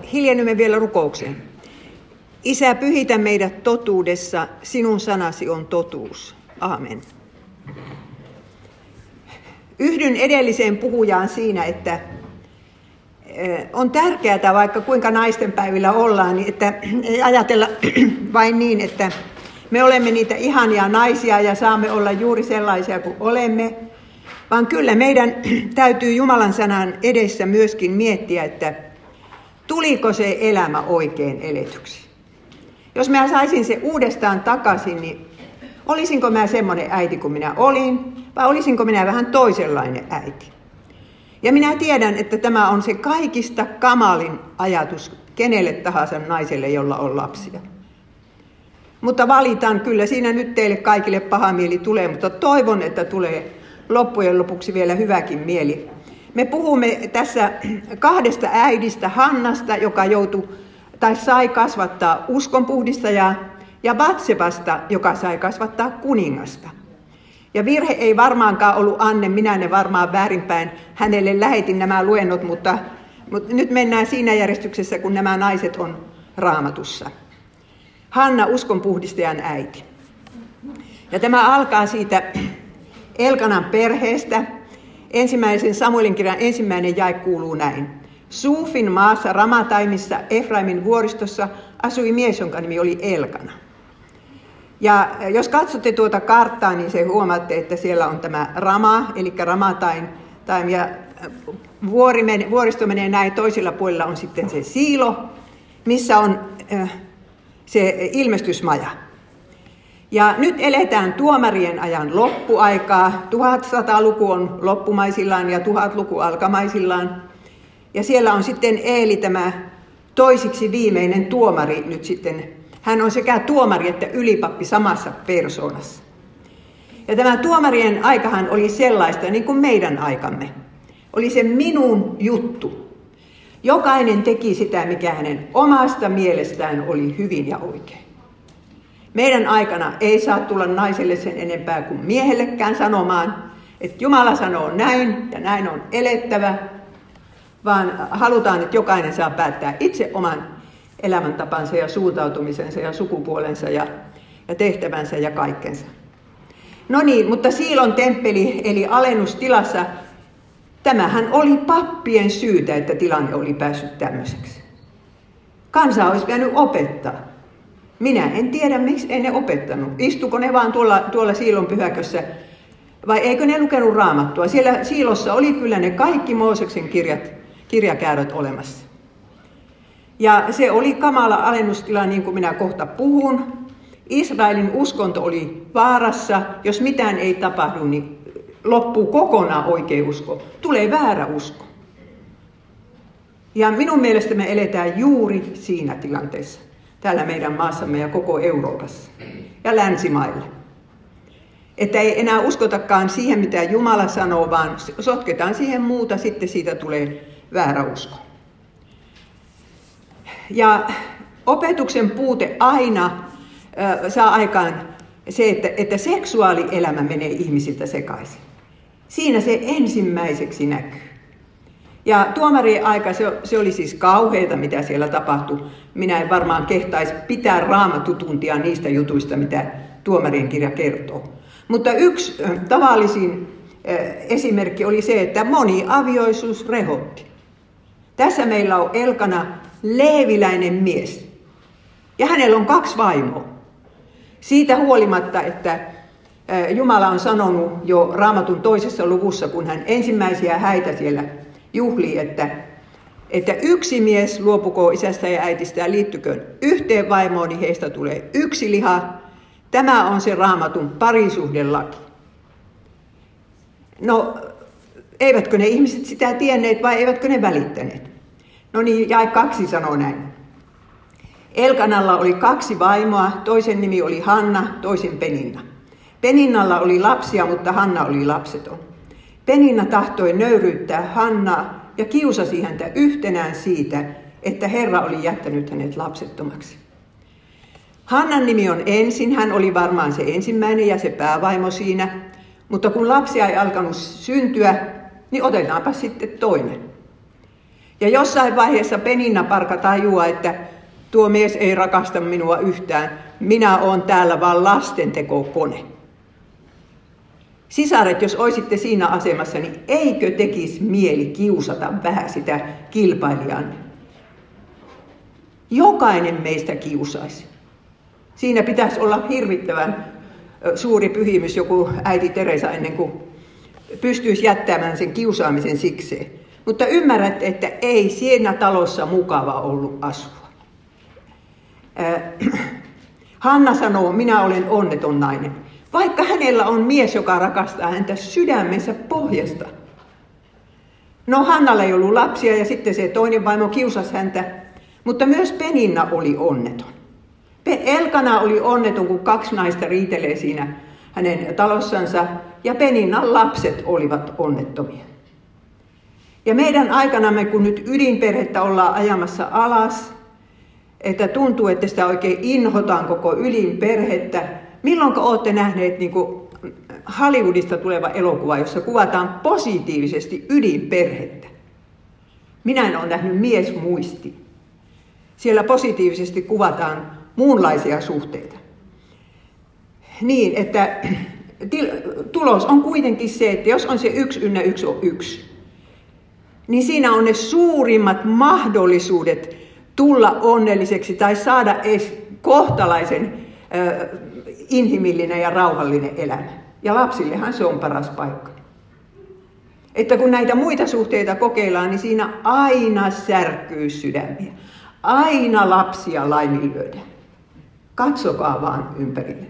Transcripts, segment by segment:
Hiljennymme vielä rukoukseen. Isä, pyhitä meidät totuudessa, sinun sanasi on totuus. Aamen. Yhdyn edelliseen puhujaan siinä, että on tärkeää, vaikka kuinka naistenpäivillä ollaan, niin että ei ajatella vain niin, että me olemme niitä ihania naisia ja saamme olla juuri sellaisia kuin olemme, vaan kyllä meidän täytyy Jumalan sanan edessä myöskin miettiä, että tuliko se elämä oikein eletyksi. Jos mä saisin se uudestaan takaisin, niin olisinko mä semmoinen äiti kuin minä olin, vai olisinko minä vähän toisenlainen äiti? Ja minä tiedän, että tämä on se kaikista kamalin ajatus kenelle tahansa naiselle, jolla on lapsia. Mutta valitan, kyllä siinä nyt teille kaikille paha mieli tulee, mutta toivon, että tulee loppujen lopuksi vielä hyväkin mieli. Me puhumme tässä kahdesta äidistä, Hannasta, joka sai kasvattaa uskonpuhdistajaa, ja Batsebasta, joka sai kasvattaa kuningasta. Ja virhe ei varmaankaan ollut Anne, minä ne varmaan väärinpäin hänelle lähetin nämä luennot, mutta nyt mennään siinä järjestyksessä, kun nämä naiset on Raamatussa. Hanna, uskonpuhdistajan äiti. Ja tämä alkaa siitä Elkanan perheestä. Ensimmäisen Samuelin kirjan 1. jae kuuluu näin. Suufin maassa Ramataimissa Efraimin vuoristossa asui mies, jonka nimi oli Elkana. Ja jos katsotte tuota karttaa, niin se huomaatte, että siellä on tämä Rama, eli Ramataim, ja vuoristo menee näin, toisella puolella on sitten se Siilo, missä on se ilmestysmaja. Ja nyt eletään tuomarien ajan loppuaikaa, 1100-luku on loppumaisillaan ja 1000-luku alkamaisillaan. Ja siellä on sitten Eeli, tämä toisiksi viimeinen tuomari nyt sitten. Hän on sekä tuomari että ylipappi samassa persoonassa. Ja tämä tuomarien aikahan oli sellaista, niin kuin meidän aikamme. Oli se minun juttu. Jokainen teki sitä, mikä hänen omasta mielestään oli hyvin ja oikein. Meidän aikana ei saa tulla naiselle sen enempää kuin miehellekään sanomaan, että Jumala sanoo näin ja näin on elettävä, vaan halutaan, että jokainen saa päättää itse oman elämäntapansa ja suuntautumisensa ja sukupuolensa ja tehtävänsä ja kaikkensa. No niin, mutta Siilon temppeli eli alennustilassa, tämähän oli pappien syytä, että tilanne oli päässyt tämmöiseksi. Kansa olisi pitänyt opettaa. Minä en tiedä, miksi ei ne opettanut. Istuko ne vaan tuolla Siilon pyhäkössä vai eikö ne lukenut Raamattua? Siellä Siilossa oli kyllä ne kaikki Mooseksen kirjakääröt olemassa. Ja se oli kamala alennustila, niin kuin minä kohta puhun. Israelin uskonto oli vaarassa. Jos mitään ei tapahdu, niin loppuu kokonaan oikea usko. Tulee väärä usko. Ja minun mielestä me eletään juuri siinä tilanteessa. Täällä meidän maassamme ja koko Euroopassa ja länsimailla. Että ei enää uskotakaan siihen, mitä Jumala sanoo, vaan sotketaan siihen muuta, sitten siitä tulee väärä usko. Ja opetuksen puute aina saa aikaan se, että seksuaalielämä menee ihmisiltä sekaisin. Siinä se ensimmäiseksi näkyy. Ja tuomarien aika, se oli siis kauheita, mitä siellä tapahtui. Minä en varmaan kehtaisi pitää raamatutuntia niistä jutuista, mitä tuomarien kirja kertoo. Mutta yksi tavallisin esimerkki oli se, että moniavioisuus rehotti. Tässä meillä on Elkana leeviläinen mies. Ja hänellä on 2 vaimoa. Siitä huolimatta, että Jumala on sanonut jo Raamatun 2. luvussa, kun hän ensimmäisiä häitä siellä juhlii, että yksi mies luopukoo isästä ja äitistä ja liittyköön yhteen vaimoon, niin heistä tulee yksi liha. Tämä on se Raamatun parisuhdelaki. No, eivätkö ne ihmiset sitä tienneet vai eivätkö ne välittäneet? No niin, jae 2 sanoo näin. Elkanalla oli 2 vaimoa, toisen nimi oli Hanna, toisen Peninna. Peninnalla oli lapsia, mutta Hanna oli lapseton. Peninna tahtoi nöyryyttää Hannaa ja kiusasi häntä yhtenään siitä, että Herra oli jättänyt hänet lapsettomaksi. Hannan nimi on ensin, hän oli varmaan se ensimmäinen ja se päävaimo siinä, mutta kun lapsia ei alkanut syntyä, niin otetaanpa sitten toinen. Ja jossain vaiheessa Peninna-parka tajuaa, että tuo mies ei rakasta minua yhtään. Minä olen täällä vaan lastentekokone. Sisaret, jos olisitte siinä asemassa, niin eikö tekisi mieli kiusata vähän sitä kilpailijanne? Jokainen meistä kiusaisi. Siinä pitäisi olla hirvittävän suuri pyhimys, joku äiti Teresa, ennen kuin pystyisi jättämään sen kiusaamisen sikseen. Mutta ymmärrätte, että ei siinä talossa mukava ollut asua. Hanna sanoo, minä olen onneton nainen. Vaikka hänellä on mies, joka rakastaa häntä sydämensä pohjasta. No, Hannalla ei ollut lapsia ja sitten se toinen vaimo kiusasi häntä. Mutta myös Peninna oli onneton. Elkana oli onneton, kun 2 naista riitelee siinä hänen talossansa. Ja Peninnan lapset olivat onnettomia. Ja meidän aikanamme, kun nyt ydinperhettä ollaan ajamassa alas, että tuntuu, että sitä oikein inhotaan koko ydinperhettä. Milloinko olette nähneet niin kuin Hollywoodista tuleva elokuva, jossa kuvataan positiivisesti ydinperhettä? Minä en ole nähnyt Miesmuisti. Siellä positiivisesti kuvataan muunlaisia suhteita. Niin, että tulos on kuitenkin se, että jos on se 1 ynnä 1 on 1, niin siinä on ne suurimmat mahdollisuudet tulla onnelliseksi tai saada edes kohtalaisen inhimillinen ja rauhallinen elämä. Ja lapsillehan se on paras paikka. Että kun näitä muita suhteita kokeillaan, niin siinä aina särkyy sydämiä. Aina lapsia laiminlyödään. Katsokaa vaan ympärille.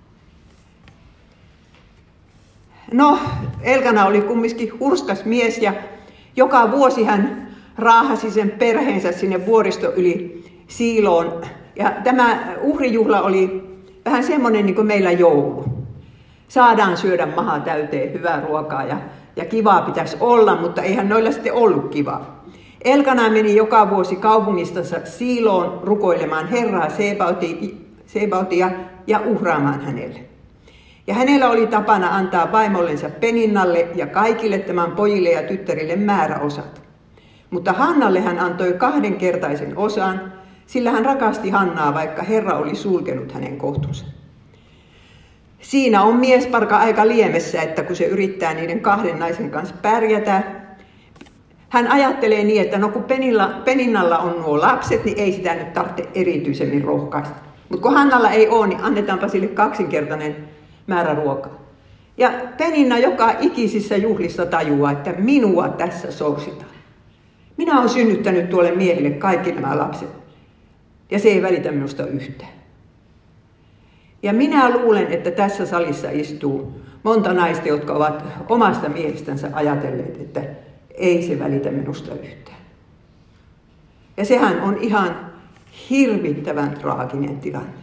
No, Elkana oli kumminkin hurskas mies ja joka vuosi hän raahasi sen perheensä sinne vuoristo yli Siiloon. Ja tämä uhrijuhla oli vähän semmoinen niin kuin meillä joulu. Saadaan syödä maha täyteen hyvää ruokaa ja kivaa pitäisi olla, mutta eihän noilla sitten ollut kivaa. Elkana meni joka vuosi kaupungistansa Siiloon rukoilemaan Herraa Sebaotia ja uhraamaan hänelle. Ja hänellä oli tapana antaa vaimollensa Peninnalle ja kaikille tämän pojille ja tyttärille määräosat. Mutta Hannalle hän antoi 2-kertaisen osan, sillä hän rakasti Hannaa, vaikka Herra oli sulkenut hänen kohtunsa. Siinä on miesparka aika liemessä, että kun se yrittää niiden 2 naisen kanssa pärjätä, hän ajattelee niin, että no kun Peninnalla on nuo lapset, niin ei sitä nyt tarvitse erityisemmin rohkaista. Mutta kun Hannalla ei ole, niin annetaanpa sille 2-kertainen määrä ruokaa. Ja Peninna joka ikisissä juhlissa tajuaa, että minua tässä sorsitaan. Minä olen synnyttänyt tuolle miehelle kaikki nämä lapset. Ja se ei välitä minusta yhtään. Ja minä luulen, että tässä salissa istuu monta naista, jotka ovat omasta miehestänsä ajatelleet, että ei se välitä minusta yhtään. Ja sehän on ihan hirvittävän traaginen tilanne.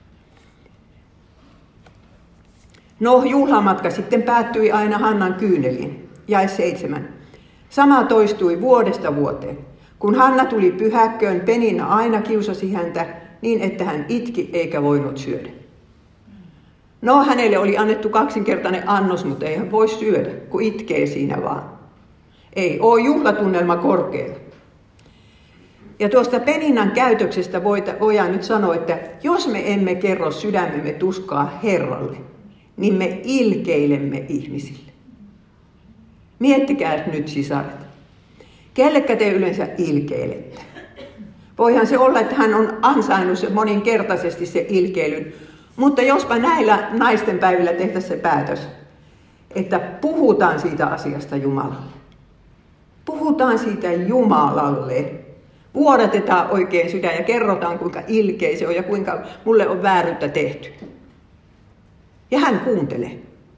No, juhlamatka sitten päättyi aina Hannan kyyneliin, jae 7. Sama toistui vuodesta vuoteen. Kun Hanna tuli pyhäkköön, Peninna aina kiusasi häntä niin, että hän itki eikä voinut syödä. No, hänelle oli annettu 2-kertainen annos, mutta ei hän voi syödä, kun itkee siinä vaan. Ei ole juhlatunnelma korkealla. Ja tuosta Peninnan käytöksestä voidaan nyt sanoa, että jos me emme kerro sydämemme tuskaa Herralle, niin me ilkeilemme ihmisille. Miettikää nyt, sisaret. Kellekä te yleensä ilkeilette? Voihan se olla, että hän on ansainnut se moninkertaisesti se ilkeilyn. Mutta jospa näillä naisten päivillä tehtäisiin se päätös, että puhutaan siitä asiasta Jumalalle. Puhutaan siitä Jumalalle. Vuodatetaan oikein sydän ja kerrotaan, kuinka ilkeä se on ja kuinka mulle on vääryyttä tehty. Ja hän kuuntelee.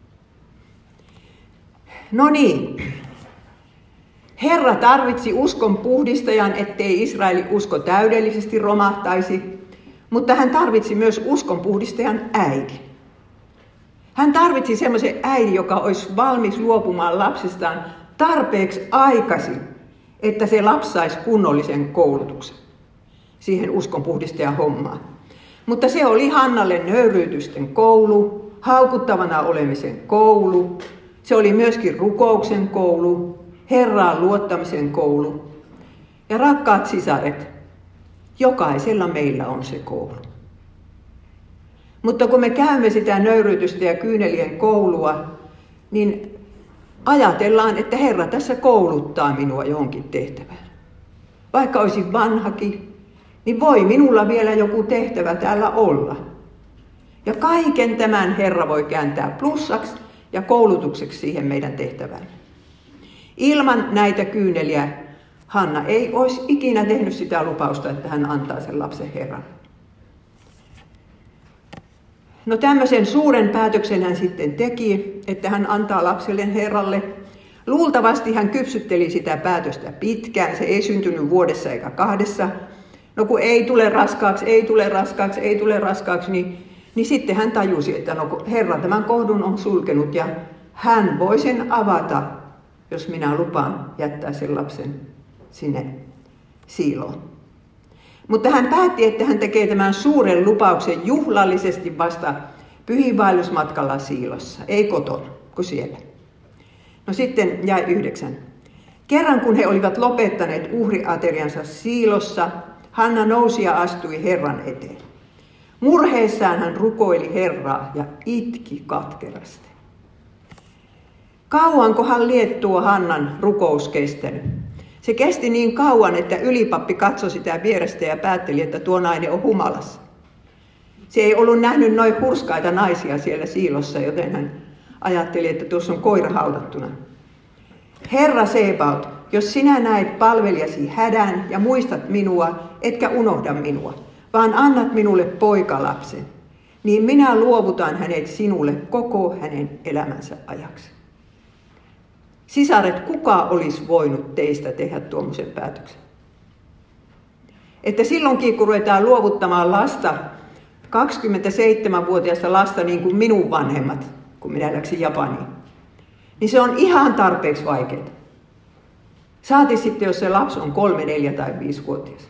No niin. Herra tarvitsi uskon puhdistajan, ettei Israelin usko täydellisesti romahtaisi, mutta hän tarvitsi myös uskon puhdistajan äidin. Hän tarvitsi semmoisen äidin, joka olisi valmis luopumaan lapsestaan tarpeeksi aikaisin, että se lapsi saisi kunnollisen koulutuksen siihen uskon puhdistajan hommaan. Mutta se oli Hannalle nöyryytysten koulu, haukuttavana olemisen koulu. Se oli myöskin rukouksen koulu, Herraan luottamisen koulu. Ja rakkaat sisaret, jokaisella meillä on se koulu. Mutta kun me käymme sitä nöyryytystä ja kyynelien koulua, niin ajatellaan, että Herra tässä kouluttaa minua johonkin tehtävään. Vaikka olisin vanhakin, niin voi minulla vielä joku tehtävä täällä olla. Ja kaiken tämän Herra voi kääntää plussaksi ja koulutukseksi siihen meidän tehtävään. Ilman näitä kyyneliä Hanna ei olisi ikinä tehnyt sitä lupausta, että hän antaa sen lapsen Herran. No tämmöisen suuren päätöksen hän sitten teki, että hän antaa lapselle Herralle. Luultavasti hän kypsytteli sitä päätöstä pitkään. Se ei syntynyt vuodessa eikä kahdessa. No kun ei tule raskaaksi, niin sitten hän tajusi, että no Herra tämän kohdun on sulkenut ja hän voi sen avata, jos minä lupaan jättää sen lapsen sinne siiloon. Mutta hän päätti, että hän tekee tämän suuren lupauksen juhlallisesti vasta pyhiinvaellusmatkalla siilossa, ei kotona kuin siellä. No sitten jäi 9. Kerran kun he olivat lopettaneet uhriateriansa siilossa, Hanna nousi ja astui Herran eteen. Murheessaan hän rukoili Herraa ja itki katkerasti. Kauankohan tuo Hannan rukous kestänyt? Se kesti niin kauan, että ylipappi katsoi sitä vierestä ja päätteli, että tuo nainen on humalassa. Se ei ollut nähnyt noin hurskaita naisia siellä siilossa, joten hän ajatteli, että tuossa on koira haudattuna. Herra Sebaot, jos sinä näet palvelijasi hädän ja muistat minua, etkä unohda minua, vaan annat minulle poikalapsen, niin minä luovutan hänet sinulle koko hänen elämänsä ajaksi. Sisaret, kuka olisi voinut teistä tehdä tuommoisen päätöksen? Että silloinkin, kun ruvetaan luovuttamaan lasta, 27-vuotiaista lasta niin kuin minun vanhemmat, kun minä läksin Japaniin, niin se on ihan tarpeeksi vaikeaa. Saati sitten, jos se lapsi on 3, 4 tai 5-vuotias.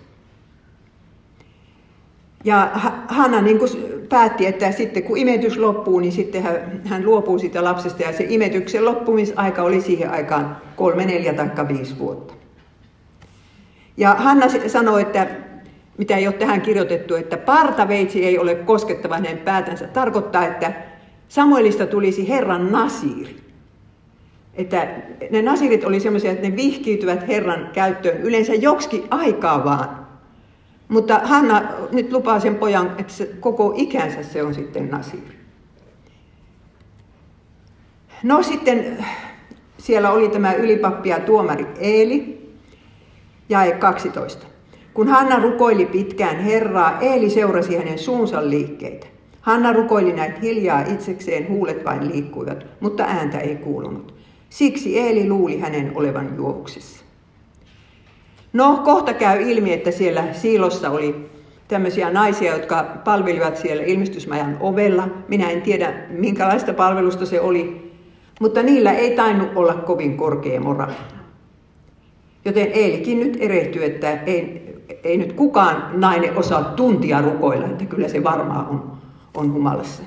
Ja Hanna niin kuin päätti, että sitten kun imetys loppuu, niin sitten hän luopuu siitä lapsesta. Ja se imetyksen loppumisaika oli siihen aikaan 3, 4 tai 5 vuotta. Ja Hanna sanoi, että mitä ei ole tähän kirjoitettu, että partaveitsi ei ole koskettava hänen päätänsä. Tarkoittaa, että Samuelista tulisi Herran nasiiri. Että ne nasirit oli semmoisia, että ne vihkiytyvät Herran käyttöön yleensä joksikin aikaa vaan. Mutta Hanna nyt lupaa sen pojan, että se koko ikänsä se on sitten nasiiri. No sitten siellä oli tämä ylipappi ja tuomari Eeli, jae 12. Kun Hanna rukoili pitkään Herraa, Eeli seurasi hänen suunsa liikkeitä. Hanna rukoili näet hiljaa itsekseen, huulet vain liikkuivat, mutta ääntä ei kuulunut. Siksi Eeli luuli hänen olevan juovuksissa. No, kohta käy ilmi, että siellä siilossa oli tämmöisiä naisia, jotka palvelivat siellä ilmestysmajan ovella. Minä en tiedä, minkälaista palvelusta se oli, mutta niillä ei tainnut olla kovin korkea moraali. Joten Eelikin nyt erehtyy, että ei nyt kukaan nainen osaa tuntia rukoilla, että kyllä se varmaan on humalassa.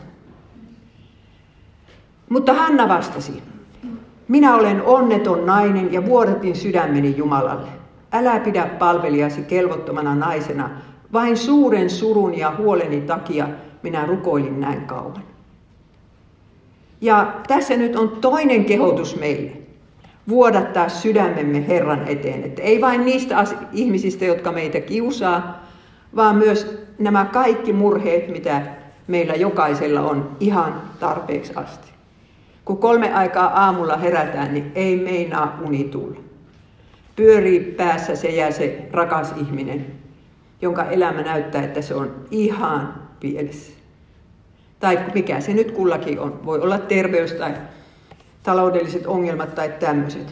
Mutta Hanna vastasi, minä olen onneton nainen ja vuodatin sydämeni Jumalalle. Älä pidä palvelijasi kelvottomana naisena, vain suuren surun ja huoleni takia minä rukoilin näin kauan. Ja tässä nyt on toinen kehotus meille, vuodattaa sydämemme Herran eteen. Että ei vain niistä ihmisistä, jotka meitä kiusaa, vaan myös nämä kaikki murheet, mitä meillä jokaisella on ihan tarpeeksi asti. Kun 3 aikaa aamulla herätään, niin ei meinaa uni tulla. Pyörii päässä se ja se rakas ihminen, jonka elämä näyttää, että se on ihan pielessä. Tai mikä se nyt kullakin on. Voi olla terveys tai taloudelliset ongelmat tai tämmöiset.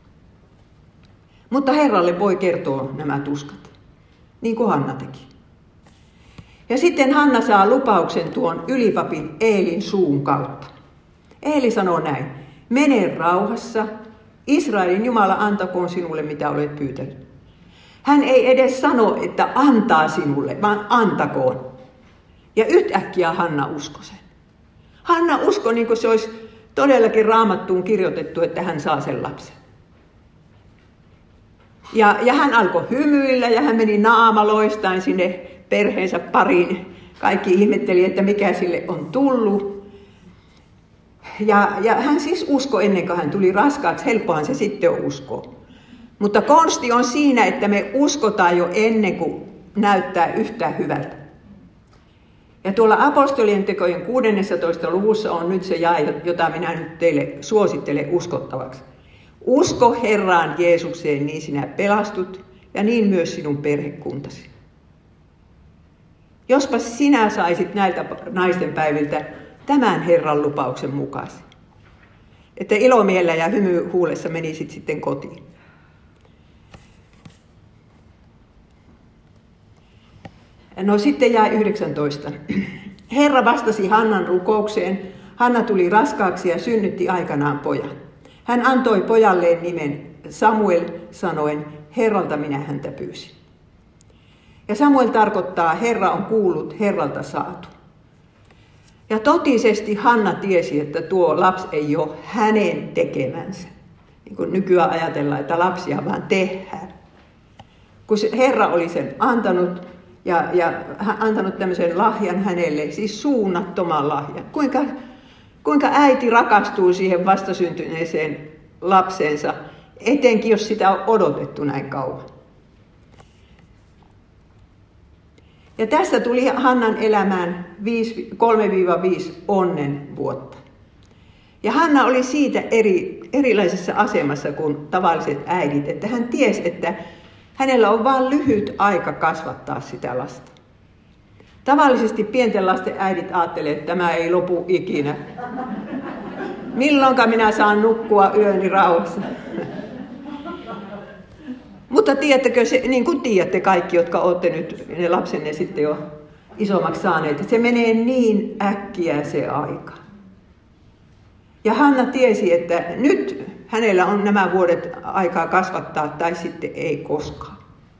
Mutta Herralle voi kertoa nämä tuskat, niin kuin Hanna teki. Ja sitten Hanna saa lupauksen tuon ylipapin Eelin suun kautta. Eeli sanoo näin, mene rauhassa, Israelin Jumala antakoon sinulle mitä olet pyytänyt. Hän ei edes sano, että antaa sinulle, vaan antakoon. Ja yhtäkkiä Hanna uskoi sen. Hanna uskoi niin kuin se olisi todellakin Raamattuun kirjoitettu, että hän saa sen lapsen. Ja hän alkoi hymyillä ja hän meni naamaloistain sinne perheensä pariin. Kaikki ihmetteli, että mikä sille on tullut. Ja hän siis uskoi ennen kuin hän tuli raskaaksi. Helppohan se sitten on uskoa. Mutta konsti on siinä, että me uskotaan jo ennen kuin näyttää yhtään hyvältä. Ja tuolla apostolien tekojen 16. luvussa on nyt se jae, jota minä nyt teille suosittelen uskottavaksi. Usko Herraan Jeesukseen, niin sinä pelastut ja niin myös sinun perhekuntasi. Jospa sinä saisit näiltä naisten päiviltä tämän Herran lupauksen mukaisesti. Että ilomielellä ja hymy huulessa menisit sitten kotiin. No sitten jäi 19. Herra vastasi Hannan rukoukseen. Hanna tuli raskaaksi ja synnytti aikanaan pojan. Hän antoi pojalleen nimen Samuel sanoen, Herralta minä häntä pyysin. Ja Samuel tarkoittaa, Herra on kuullut, Herralta saatu. Ja totisesti Hanna tiesi, että tuo lapsi ei ole hänen tekemänsä. Niin kuin nykyään ajatellaan, että lapsia vaan tehdään. Kun Herra oli sen antanut ja antanut tämmöisen lahjan hänelle, siis suunnattoman lahjan. Kuinka äiti rakastuu siihen vastasyntyneeseen lapsensa, etenkin jos sitä on odotettu näin kauan. Ja tästä tuli Hannan elämään 3-5 onnen vuotta. Ja Hanna oli siitä erilaisessa asemassa kuin tavalliset äidit, että hän tiesi, että hänellä on vain lyhyt aika kasvattaa sitä lasta. Tavallisesti pienten lasten äidit ajattelee, että tämä ei lopu ikinä. Milloinka minä saan nukkua yöni rauhassa? Mutta tiedättekö, niin kuin tiedätte kaikki, jotka olette nyt ne lapsenne sitten jo isommaksi saaneet, että se menee niin äkkiä se aika. Ja Hanna tiesi, että nyt hänellä on nämä vuodet aikaa kasvattaa tai sitten ei koskaan.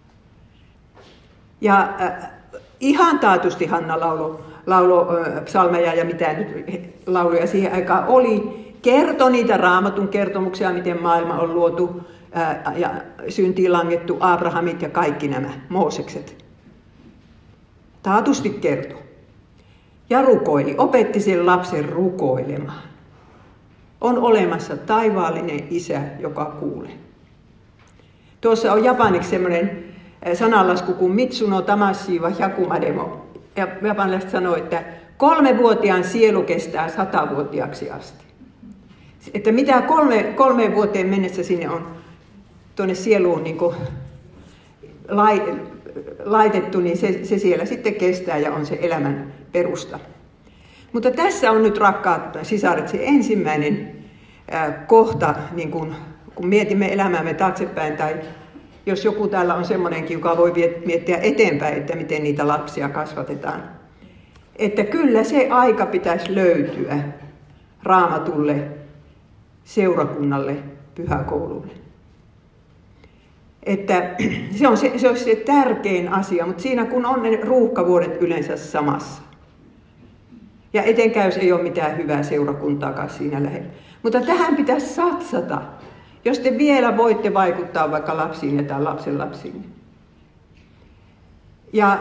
Ja ihan taatusti Hanna lauloi psalmeja ja mitä nyt lauluja siihen aikaan oli. Kertoi niitä Raamatun kertomuksia, miten maailma on luotu ja syntiin langettu Abrahamit ja kaikki nämä Moosekset. Taatusti kertoi. Ja rukoili, opetti sen lapsen rukoilemaan. On olemassa taivaallinen isä, joka kuulee. Tuossa on japaniksi semmoinen sananlasku kuin Mitsuno Tamashi wa Hyakumademo. Ja japanilaiset sanoo, että 3-vuotiaan sielu kestää 100-vuotiaaksi asti. Että mitä 3 vuoteen mennessä sinne on tuonne sieluun niin kuin laitettu, niin se siellä sitten kestää ja on se elämän perusta. Mutta tässä on nyt, rakkaat sisaret, se ensimmäinen kohta, niin kun mietimme elämäämme taaksepäin, tai jos joku täällä on semmoinenkin, joka voi miettiä eteenpäin, että miten niitä lapsia kasvatetaan. Että kyllä se aika pitäisi löytyä Raamatulle, seurakunnalle, pyhäkoululle. Että se on se tärkein asia, mutta siinä kun on ne ruuhkavuodet yleensä samassa. Ja etenkään jos ei ole mitään hyvää seurakuntaakaan siinä lähellä. Mutta tähän pitäisi satsata, jos te vielä voitte vaikuttaa vaikka lapsiin tai lapsenlapsiin. Ja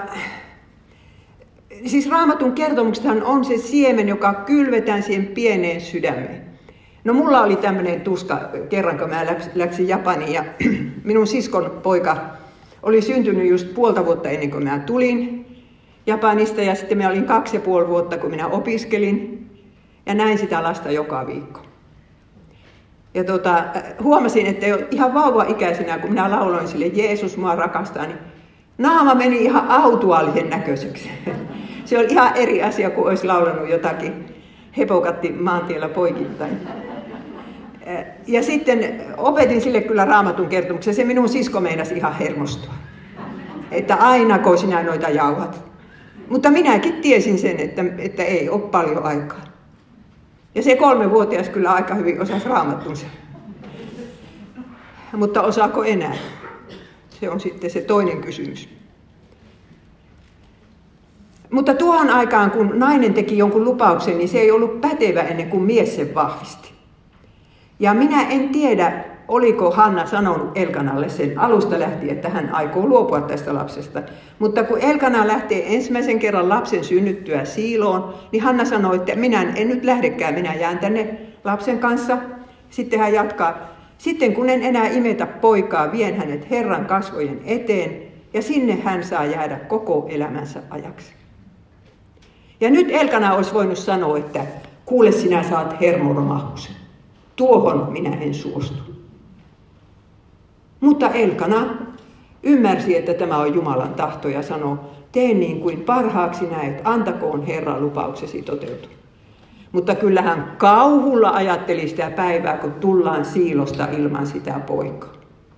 siis Raamatun kertomuksethan on se siemen, joka kylvetään siihen pieneen sydämeen. No mulla oli tämmöinen tuska kerran, kun mä läksin Japaniin ja minun siskon poika oli syntynyt just 5,5 vuotta ennen kuin mä tulin Japanista ja sitten mä olin 2,5 vuotta, kun minä opiskelin ja näin sitä lasta joka viikko. Ja huomasin, että jo ihan vauva-ikäisenä, kun minä lauloin sille Jeesus mua rakastaa, niin naama meni ihan autuaalisen näköiseksi. Se oli ihan eri asia, kuin olisi laulanut jotakin hepokatti maantiellä poikittain. Ja sitten opetin sille kyllä Raamatun kertomuksen. Se minun sisko meinasi ihan hermostua. Että ainako sinä noita jauhat. Mutta minäkin tiesin sen, että ei ole paljon aikaa. Ja se 3-vuotias kyllä aika hyvin osasi Raamattunsa. Mutta osaako enää? Se on sitten se toinen kysymys. Mutta tuohon aikaan, kun nainen teki jonkun lupauksen, niin se ei ollut pätevä ennen kuin mies sen vahvisti. Ja minä en tiedä, oliko Hanna sanonut Elkanalle sen alusta lähtien, että hän aikoo luopua tästä lapsesta. Mutta kun Elkana lähtee ensimmäisen kerran lapsen synnyttyä Siiloon, niin Hanna sanoi, että minä en nyt lähdekään, minä jään tänne lapsen kanssa. Sitten hän jatkaa, sitten kun en enää imetä poikaa, vien hänet Herran kasvojen eteen, ja sinne hän saa jäädä koko elämänsä ajaksi. Ja nyt Elkana olisi voinut sanoa, että kuule, sinä saat hermoromahuksen. Tuohon minä en suostu. Mutta Elkana ymmärsi, että tämä on Jumalan tahto ja sanoi, tee niin kuin parhaaksi näet, antakoon Herran lupauksesi toteutua. Mutta kyllä hän kauhulla ajatteli sitä päivää, kun tullaan Siilosta ilman sitä poikaa.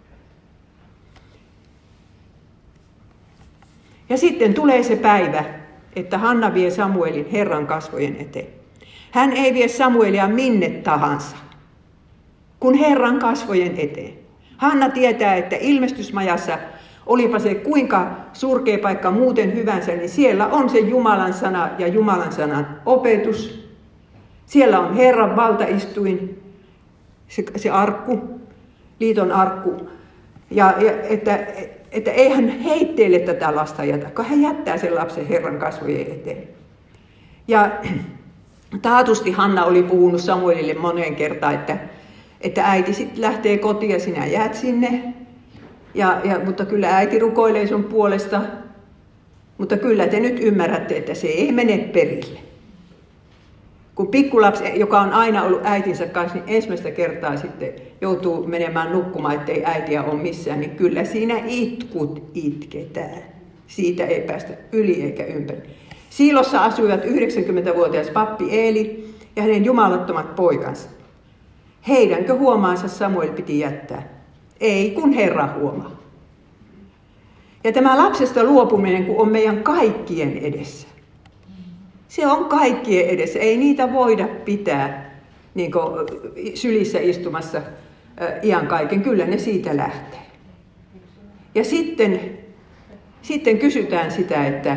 Ja sitten tulee se päivä, että Hanna vie Samuelin Herran kasvojen eteen. Hän ei vie Samuelia minne tahansa, kun Herran kasvojen eteen. Hanna tietää, että ilmestysmajassa, olipa se kuinka surkea paikka muuten hyvänsä, niin siellä on se Jumalan sana ja Jumalan sanan opetus. Siellä on Herran valtaistuin, se arkku, liiton arkku. Ja että ei hän heitteille tätä lasta jätä, kun hän jättää sen lapsen Herran kasvojen eteen. Ja taatusti Hanna oli puhunut Samuelille moneen kertaan, että äiti sitten lähtee kotiin ja sinä jäät sinne. Mutta kyllä äiti rukoilee sun puolesta. Mutta kyllä te nyt ymmärrätte, että se ei mene perille. Kun pikkulapsi, joka on aina ollut äitinsä kanssa, niin ensimmäistä kertaa sitten joutuu menemään nukkumaan, ettei äitiä ole missään, niin kyllä siinä itkut itketään. Siitä ei päästä yli eikä ympäri. Siilossa asuivat 90-vuotias pappi Eeli ja hänen jumalattomat poikansa. Heidänkö huomaansa Samuel piti jättää? Ei, kun Herra huomaa. Ja tämä lapsesta luopuminen, kun on meidän kaikkien edessä. Se on kaikkien edessä. Ei niitä voida pitää niin kuin sylissä istumassa iän kaiken. Kyllä ne siitä lähtee. Ja sitten kysytään sitä, että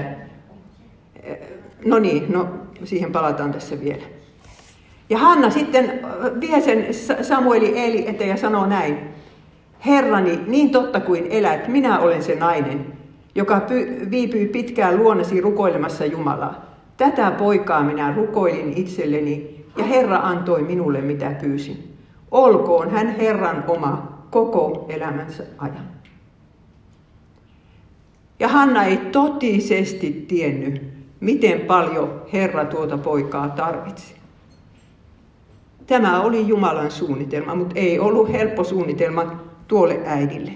siihen palataan tässä vielä. Ja Hanna sitten vie sen Samueli Eeli eteen ja sanoo näin. Herrani, niin totta kuin elät, minä olen se nainen, joka viipyi pitkään luonasi rukoilemassa Jumalaa. Tätä poikaa minä rukoilin itselleni ja Herra antoi minulle mitä pyysin. Olkoon hän Herran oma koko elämänsä ajan. Ja Hanna ei totisesti tiennyt, miten paljon Herra tuota poikaa tarvitsi. Tämä oli Jumalan suunnitelma, mutta ei ollut helppo suunnitelma tuolle äidille.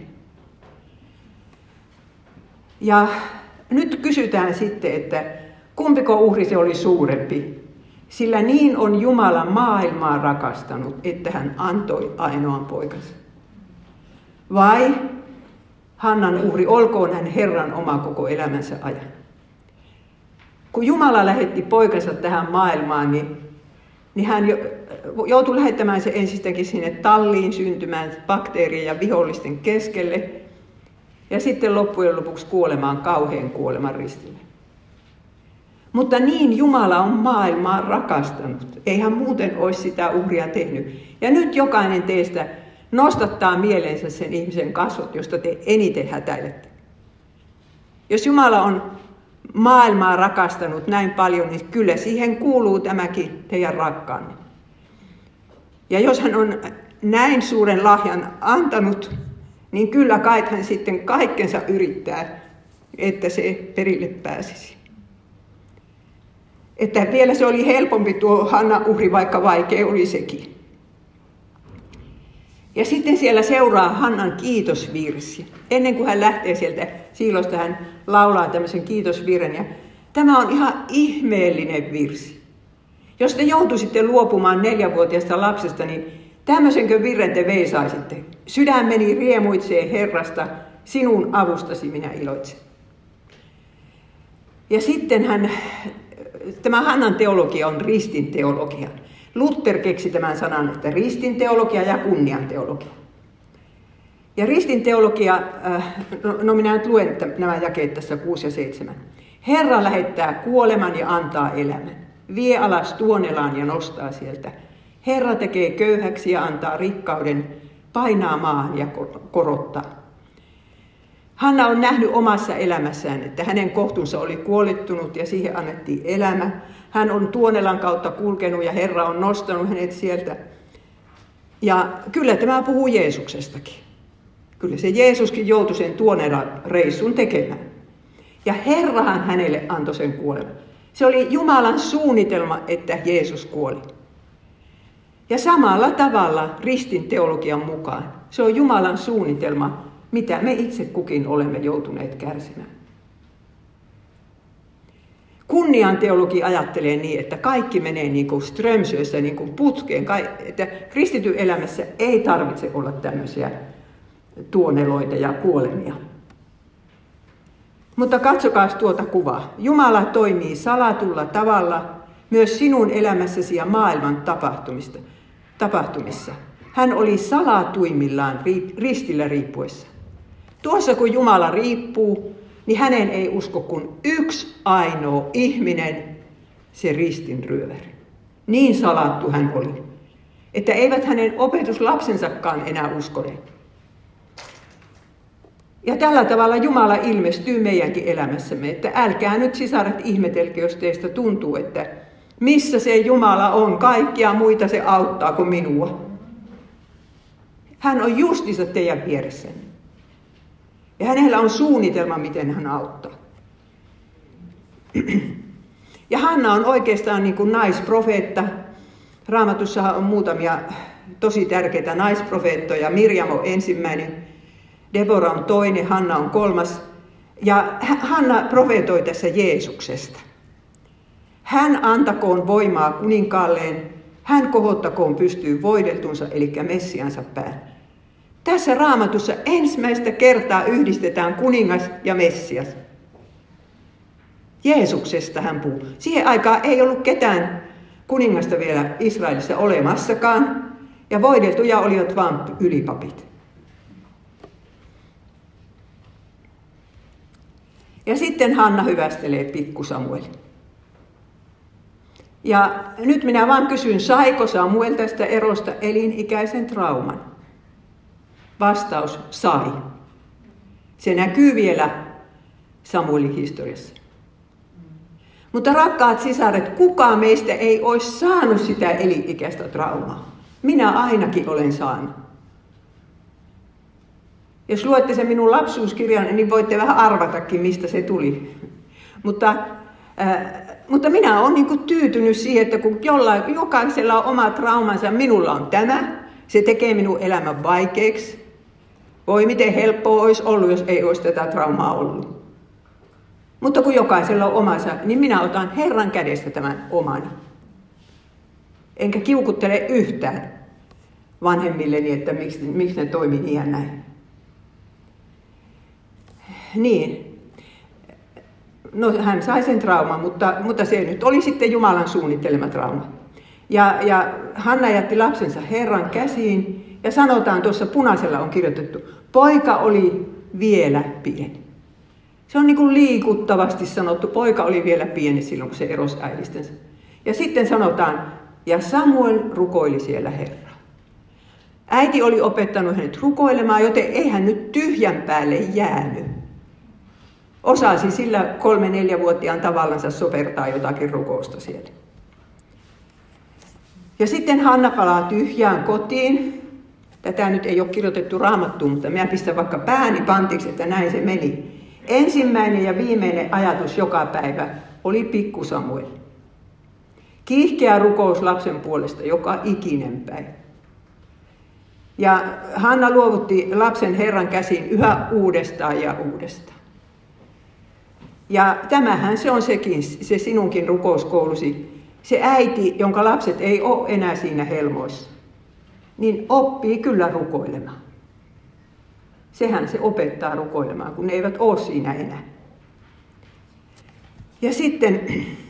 Ja nyt kysytään sitten, että kumpiko uhri se oli suurempi? Sillä niin on Jumala maailmaa rakastanut, että hän antoi ainoan poikansa. Vai Hannan uhri, olkoon hän Herran oma koko elämänsä ajan. Kun Jumala lähetti poikansa tähän maailmaan, niin hän joutui lähettämään se ensistäänkin sinne talliin syntymään bakteerien ja vihollisten keskelle. Ja sitten loppujen lopuksi kuolemaan kauhean kuoleman ristille. Mutta niin Jumala on maailmaa rakastanut. Eihän muuten olisi sitä uhria tehnyt. Ja nyt jokainen teistä nostattaa mieleensä sen ihmisen kasvot, josta te eniten hätäilette. Jos Jumala on maailmaa rakastanut näin paljon, niin kyllä siihen kuuluu tämäkin teidän rakkaanne. Ja jos hän on näin suuren lahjan antanut, niin kyllä kai hän sitten kaikkensa yrittää, että se perille pääsisi. Että vielä se oli helpompi tuo Hanna uhri, vaikka vaikea oli sekin. Ja sitten siellä seuraa Hannan kiitosvirsi. Ennen kuin hän lähtee sieltä Siilosta, hän laulaa tämmöisen kiitosvirren. Ja tämä on ihan ihmeellinen virsi. Jos te joutuisitte luopumaan 4-vuotiaasta lapsesta, niin tämmöisenkö virren te veisaisitte? Sydämeni riemuitsee Herrasta, sinun avustasi minä iloitsen. Ja sitten tämä Hannan teologia on ristin teologia. Luther keksi tämän sanan, että ristin teologia ja kunnian teologia. Ja ristin teologia, minä nyt luen nämä jakeet tässä 6 ja 7. Herra lähettää kuoleman ja antaa elämän. Vie alas tuonelaan ja nostaa sieltä. Herra tekee köyhäksi ja antaa rikkauden. painaa maahan ja korottaa. Hanna on nähnyt omassa elämässään, että hänen kohtunsa oli kuolittunut ja siihen annettiin elämä. Hän on tuonelan kautta kulkenut ja Herra on nostanut hänet sieltä. Ja kyllä tämä puhuu Jeesuksestakin. Kyllä se Jeesuskin joutui sen tuonelan reissun tekemään. Ja Herrahan hänelle antoi sen kuoleman. Se oli Jumalan suunnitelma, että Jeesus kuoli. Ja samalla tavalla ristin teologian mukaan se on Jumalan suunnitelma, mitä me itse kukin olemme joutuneet kärsimään. Kunnian teologi ajattelee niin, että kaikki menee niin kuin strömsössä, niin kuin putkeen. Että kristityn elämässä ei tarvitse olla tämmöisiä tuoneloita ja kuolemia. Mutta katsokaa tuota kuvaa. Jumala toimii salatulla tavalla myös sinun elämässäsi ja maailman tapahtumissa. Hän oli salatuimmillaan ristillä riippuessa. Tuossa kun Jumala riippuu, niin hänen ei usko kuin yksi ainoa ihminen, se ristinryöväri. Niin salattu hän oli, että eivät hänen opetuslapsensakaan enää uskoneet. Ja tällä tavalla Jumala ilmestyy meidänkin elämässämme, että älkää nyt sisaret ihmetelkö, jos teistä tuntuu, että missä se Jumala on, kaikkia muita se auttaa kuin minua. Hän on justiinsa teidän vieressänne. Ja hänellä on suunnitelma, miten hän auttaa. Ja Hanna on oikeastaan niin kuin naisprofeetta. Raamatussahan on muutamia tosi tärkeitä naisprofeettoja. Mirjam on ensimmäinen, Debora on toinen, Hanna on kolmas. Ja Hanna profeetoi tässä Jeesuksesta. Hän antakoon voimaa kuninkaalleen, hän kohottakoon pystyy voideltunsa, eli Messiansa pään. Tässä Raamatussa ensimmäistä kertaa yhdistetään kuningas ja Messias. Jeesuksesta hän puhuu. Siihen aikaan ei ollut ketään kuningasta vielä Israelissa olemassakaan, ja voideltuja olivat vain ylipapit. Ja sitten Hanna hyvästelee pikku Samuelin. Ja nyt minä vaan kysyn, saiko Samuel tästä erosta elinikäisen trauman? Vastaus sai. Se näkyy vielä Samuelin historiassa. Mutta rakkaat sisaret, kukaan meistä ei olisi saanut sitä elinikäistä traumaa. Minä ainakin olen saanut. Jos luette sen minun lapsuuskirjan, niin voitte vähän arvatakin, mistä se tuli. Mutta minä olen niin kuin tyytynyt siihen, että kun jokaisella on oma traumansa, minulla on tämä. Se tekee minun elämän vaikeaksi. Voi miten helppoa olisi ollut, jos ei olisi tätä traumaa ollut. Mutta kun jokaisella on omansa, niin minä otan Herran kädestä tämän omani. Enkä kiukuttele yhtään vanhemmilleni, että miksi ne toimi niin ja näin. Niin. No hän sai sen trauman, mutta se nyt oli sitten Jumalan suunnittelema trauma. Ja Hanna jätti lapsensa Herran käsiin ja sanotaan tuossa punaisella on kirjoitettu, poika oli vielä pieni. Se on niin kuin liikuttavasti sanottu, poika oli vielä pieni silloin kun se erosi äidistensä. Ja sitten sanotaan, ja Samuel rukoili siellä Herraa. Äiti oli opettanut hänet rukoilemaan, joten ei hän nyt tyhjän päälle jäänyt. Osasi sillä 3-4-vuotiaan tavallansa sopertaa jotakin rukousta siellä. Ja sitten Hanna palaa tyhjään kotiin. Tätä nyt ei ole kirjoitettu Raamattuun, mutta minä pistän vaikka pääni pantiksi, että näin se meni. Ensimmäinen ja viimeinen ajatus joka päivä oli pikku Samuel. Kiihkeä rukous lapsen puolesta joka ikinen päivä. Ja Hanna luovutti lapsen Herran käsiin yhä uudestaan ja uudestaan. Ja tämähän se on sekin, se sinunkin rukouskoulusi. Se äiti, jonka lapset ei ole enää siinä helmoissa, niin oppii kyllä rukoilemaan. Sehän se opettaa rukoilemaan, kun ne eivät ole siinä enää. Ja sitten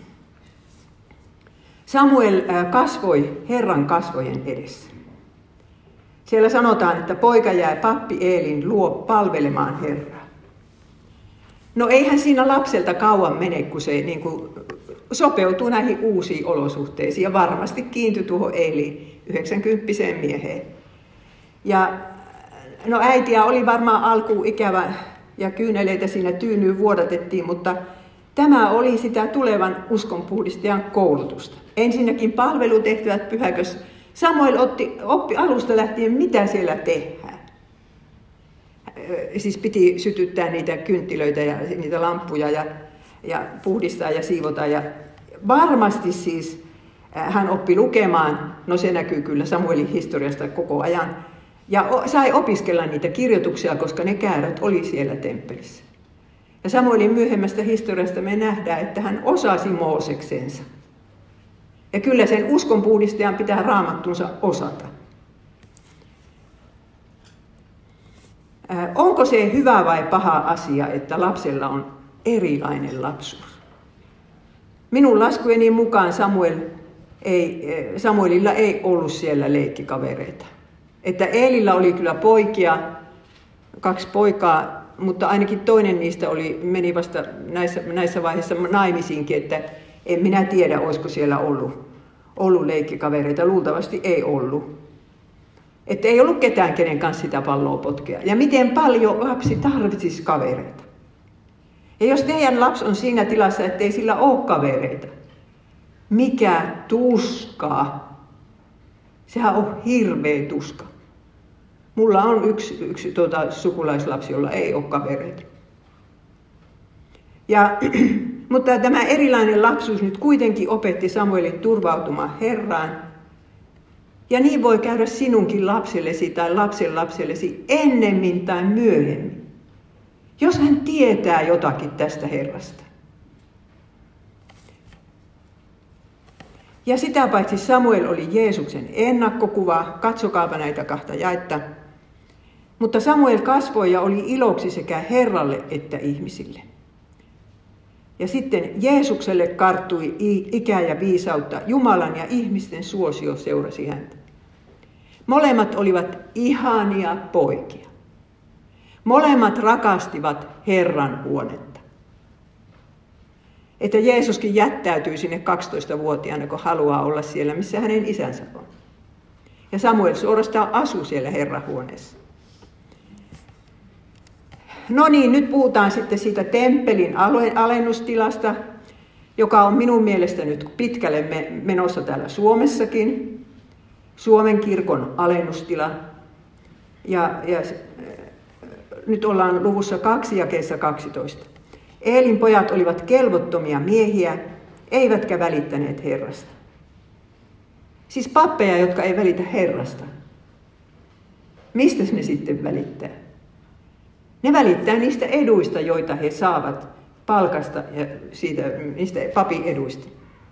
Samuel kasvoi Herran kasvojen edessä. Siellä sanotaan, että poika jää pappi Eelin luo palvelemaan Herraa. No eihän siinä lapselta kauan mene, kun se niin kuin sopeutuu näihin uusiin olosuhteisiin ja varmasti kiintyi tuohon Eeliin 90-vuotiaaseen mieheen. Ja no äitiä oli varmaan alkuun ikävä ja kyyneleitä siinä tyynyyn vuodatettiin, mutta tämä oli sitä tulevan uskonpuhdistajan koulutusta. Ensinnäkin palvelutehtävät pyhäkös. Samuel oppi alusta lähtien, mitä siellä tehdään. Siis piti sytyttää niitä kynttilöitä ja niitä lamppuja ja puhdistaa ja siivota. Ja varmasti siis hän oppi lukemaan, no se näkyy kyllä Samuelin historiasta koko ajan. Ja sai opiskella niitä kirjoituksia, koska ne kääröt oli siellä temppelissä. Ja Samuelin myöhemmästä historiasta me nähdään, että hän osasi Mooseksensa. Ja kyllä sen uskonpuhdistajan pitää raamattunsa osata. Onko se hyvä vai paha asia, että lapsella on erilainen lapsuus? Minun laskujeni mukaan Samuelilla ei ollut siellä leikkikavereita. Että Eelillä oli kyllä poikia, 2 poikaa, mutta ainakin toinen niistä meni vasta näissä vaiheissa naimisiinkin, että en minä tiedä, olisiko siellä ollut leikkikavereita. Luultavasti ei ollut. Että ei ollut ketään, kenen kanssa sitä palloa potkea. Ja miten paljon lapsi tarvitsisi kavereita. Ja jos teidän lapsi on siinä tilassa, ettei sillä ole kavereita, mikä tuska. Sehän on hirveä tuska. Mulla on yksi sukulaislapsi, jolla ei ole kavereita. Mutta tämä erilainen lapsuus nyt kuitenkin opetti Samuelin turvautumaan Herraan. Ja niin voi käydä sinunkin lapsellesi tai lapsenlapsellesi ennemmin tai myöhemmin, jos hän tietää jotakin tästä Herrasta. Ja sitä paitsi Samuel oli Jeesuksen ennakkokuva, katsokaapa näitä 2 jaetta. Mutta Samuel kasvoi ja oli iloksi sekä Herralle että ihmisille. Ja sitten Jeesukselle karttui ikää ja viisautta, Jumalan ja ihmisten suosio seurasi häntä. Molemmat olivat ihania poikia. Molemmat rakastivat Herran huonetta. Että Jeesuskin jättäytyy sinne 12-vuotiaana, kun haluaa olla siellä, missä hänen isänsä on. Ja Samuel suorastaan asui siellä Herran huoneessa. No niin, nyt puhutaan sitten siitä temppelin alennustilasta, joka on minun mielestä nyt pitkälle menossa täällä Suomessakin. Suomen kirkon alennustila. Ja nyt ollaan luvussa 2 jakeessa 12. Eelin pojat olivat kelvottomia miehiä, eivätkä välittäneet Herrasta. Siis pappeja, jotka ei välitä Herrasta. Mistä ne sitten välittää? Ne välittää niistä eduista, joita he saavat palkasta ja niistä papin eduista.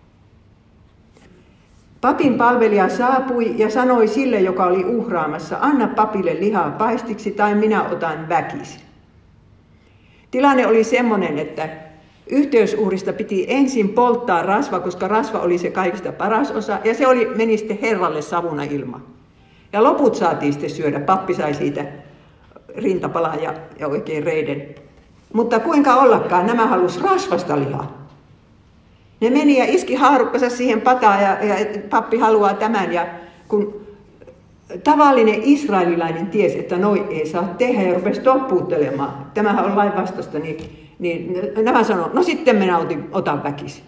Papin palvelija saapui ja sanoi sille, joka oli uhraamassa, anna papille lihaa paistiksi tai minä otan väkisin. Tilanne oli semmoinen, että yhteysuhrista piti ensin polttaa rasva, koska rasva oli se kaikista paras osa, ja se meni sitten Herralle savuna ilmaan. Ja loput saatiin sitten syödä. Pappi sai siitä rintapalan ja oikein reiden. Mutta kuinka ollakaan, nämä halusi rasvasta lihaa. Ne meni ja iski haarukkansa siihen pataan ja pappi haluaa tämän. Ja kun tavallinen israelilainen tiesi, että noi ei saa tehdä ja rupesi toppuuttelemaan. Tämähän on lain vastaista, niin nämä sanoi, no sitten minä otan väkisin.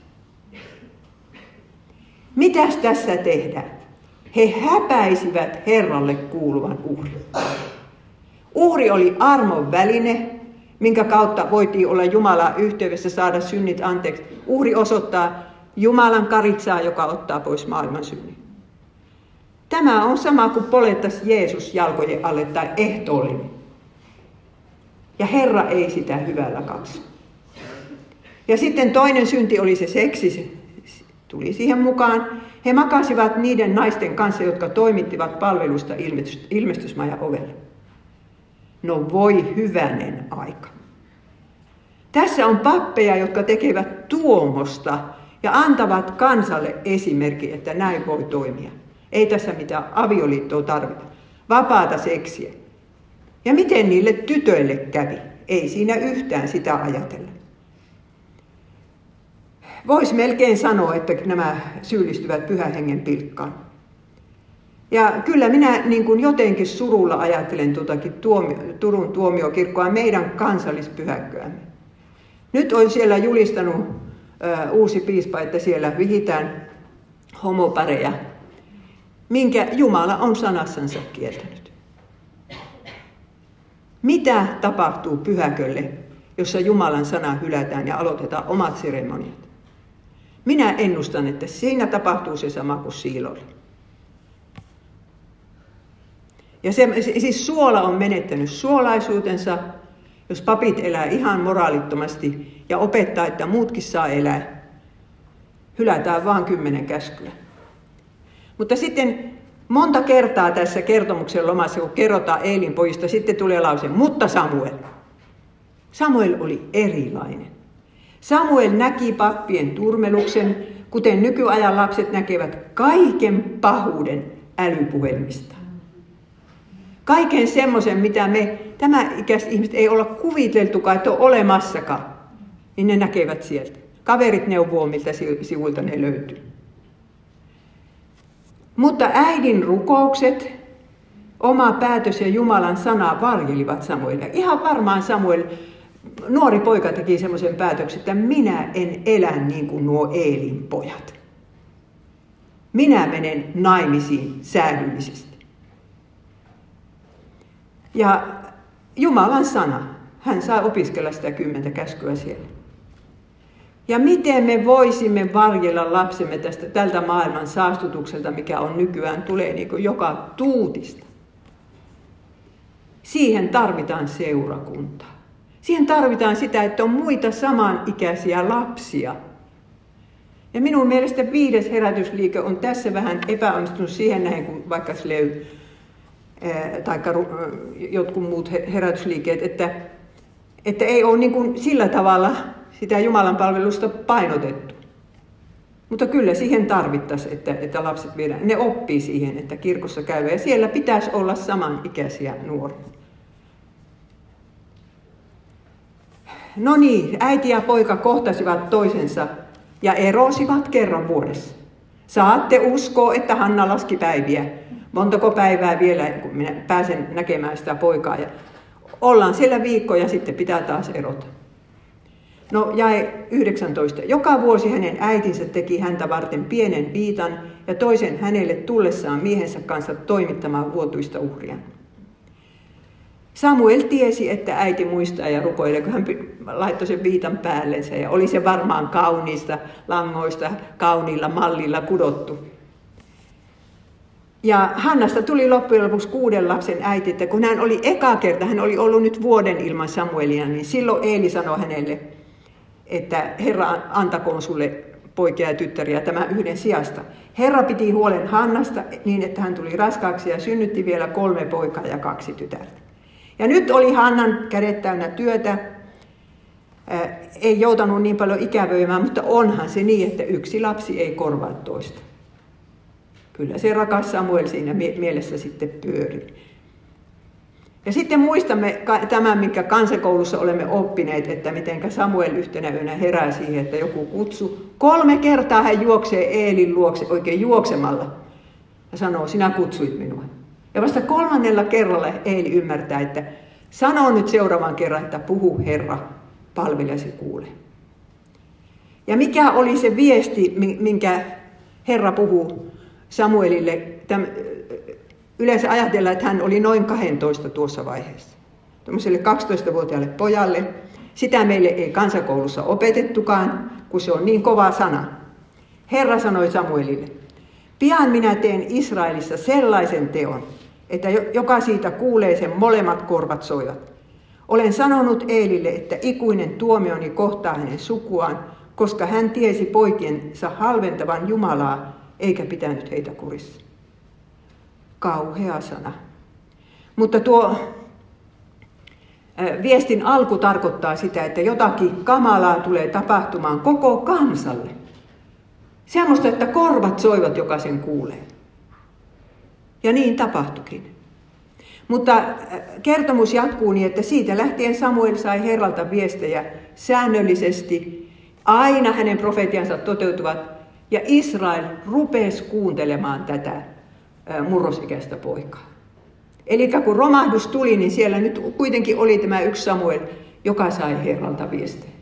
Mitäs tässä tehdään? He häpäisivät Herralle kuuluvan uhrin. Uhri oli armon väline, minkä kautta voitiin olla Jumalan yhteydessä, saada synnit anteeksi. Uhri osoittaa Jumalan karitsaa, joka ottaa pois maailman synnin. Tämä on sama kuin polettaisi Jeesus jalkojen alle tai ehtoollinen. Ja Herra ei sitä hyvällä katso. Ja sitten toinen synti oli se seksi, se tuli siihen mukaan. He makasivat niiden naisten kanssa, jotka toimittivat palvelusta ilmestysmajan ovella. No voi hyvänen aika. Tässä on pappeja, jotka tekevät tuomosta ja antavat kansalle esimerkin, että näin voi toimia. Ei tässä mitään avioliittoa tarvita. Vapaata seksiä. Ja miten niille tytöille kävi? Ei siinä yhtään sitä ajatella. Voisi melkein sanoa, että nämä syyllistyvät pyhän hengen pilkkaan. Ja kyllä minä niin kuin jotenkin surulla ajattelen Turun tuomiokirkkoa, meidän kansallispyhäkköämme. Nyt on siellä julistanut uusi piispa, että siellä vihitään homopareja, minkä Jumala on sanassansa kieltänyt. Mitä tapahtuu pyhäkölle, jossa Jumalan sana hylätään ja aloitetaan omat seremoniat? Minä ennustan, että siinä tapahtuu se sama kuin Siilolla. Ja siis suola on menettänyt suolaisuutensa, jos papit elää ihan moraalittomasti ja opettaa, että muutkin saa elää. Hylätään vaan 10 käskyä. Mutta sitten monta kertaa tässä kertomuksen lomassa, kun kerrotaan Eelin pojista, sitten tulee lause, mutta Samuel. Samuel oli erilainen. Samuel näki pappien turmeluksen, kuten nykyajan lapset näkevät kaiken pahuuden älypuhelmista. Kaiken semmoisen, mitä me tämä ikäiset ihmiset ei olla kuviteltukaan, että on olemassakaan, niin ne näkevät sieltä. Kaverit neuvoo, miltä sivuilta ne löytyy. Mutta äidin rukoukset, oma päätös ja Jumalan sana varjelivat Samuelia. Ihan varmaan Samuel, nuori poika, teki semmoisen päätöksen, että minä en elä niin kuin nuo Eelin pojat. Minä menen naimisiin säädyllisesti. Ja Jumalan sana, hän saa opiskella sitä 10 käskyä siellä. Ja miten me voisimme varjella lapsemme tältä maailman saastutukselta, mikä on nykyään, tulee niin kuin joka tuutista. Siihen tarvitaan seurakuntaa. Siihen tarvitaan sitä, että on muita samanikäisiä lapsia. Ja minun mielestä 5. herätysliike on tässä vähän epäonnistunut siihen näin, kuin vaikka Sleu tai jotkut muut herätysliikkeet, että ei ole niin kuin sillä tavalla sitä Jumalan palvelusta painotettu. Mutta kyllä siihen tarvittaisiin, että lapset viedään. Ne oppii siihen, että kirkossa käyvät ja siellä pitäisi olla samanikäisiä nuoria. No niin, äiti ja poika kohtasivat toisensa ja erosivat kerran vuodessa. Saatte uskoa, että Hanna laski päiviä. Montako päivää vielä, kun minä pääsen näkemään sitä poikaa. Ja ollaan siellä viikko ja sitten pitää taas erota. No jäi 19. Joka vuosi hänen äitinsä teki häntä varten pienen viitan ja toisen hänelle tullessaan miehensä kanssa toimittamaan vuotuista uhria. Samuel tiesi, että äiti muistaa ja rukoilee, kun hän laittoi sen viitan päällensä ja oli se varmaan kauniista langoista, kauniilla mallilla kudottu. Ja Hannasta tuli loppujen lopuksi 6 lapsen äiti, että kun hän oli eka kerta, hän oli ollut nyt vuoden ilman Samuelia, niin silloin Eeli sanoi hänelle, että Herra antakoon sulle poikia ja tyttäriä tämän yhden sijasta. Herra piti huolen Hannasta niin, että hän tuli raskaaksi ja synnytti vielä 3 poikaa ja 2 tytärtä. Ja nyt oli Hannan kädet täynnä työtä, ei joutanut niin paljon ikävöimään, mutta onhan se niin, että yksi lapsi ei korvaa toista. Kyllä se rakas Samuel siinä mielessä sitten pyörii. Ja sitten muistamme tämän, minkä kansakoulussa olemme oppineet, että miten Samuel yhtenä yönä herää siihen, että joku kutsu. 3 kertaa hän juoksee Eelin luokse oikein juoksemalla ja sanoo, sinä kutsuit minua. Ja vasta 3. kerralla Eeli ymmärtää, että sanoo nyt seuraavan kerran, että puhu Herra, palvelijasi kuulee. Ja mikä oli se viesti, minkä Herra puhuu Samuelille? Yleensä ajatellaan, että hän oli noin 12 tuossa vaiheessa. Tuollaiselle 12-vuotiaalle pojalle. Sitä meille ei kansakoulussa opetettukaan, kun se on niin kova sana. Herra sanoi Samuelille, pian minä teen Israelissa sellaisen teon, että joka siitä kuulee, sen molemmat korvat soivat. Olen sanonut Eelille, että ikuinen tuomioni kohtaa hänen sukuaan, koska hän tiesi poikiensa halventavan Jumalaa, eikä pitänyt heitä kurissa. Kauhea sana. Mutta tuo viestin alku tarkoittaa sitä, että jotakin kamalaa tulee tapahtumaan koko kansalle. Semmoista, että korvat soivat, joka sen kuulee. Ja niin tapahtuikin. Mutta kertomus jatkuu niin, että siitä lähtien Samuel sai Herralta viestejä säännöllisesti. Aina hänen profetiansa toteutuvat ja Israel rupesi kuuntelemaan tätä murrosikäistä poikaa. Eli kun romahdus tuli, niin siellä nyt kuitenkin oli tämä yksi Samuel, joka sai Herralta viestejä.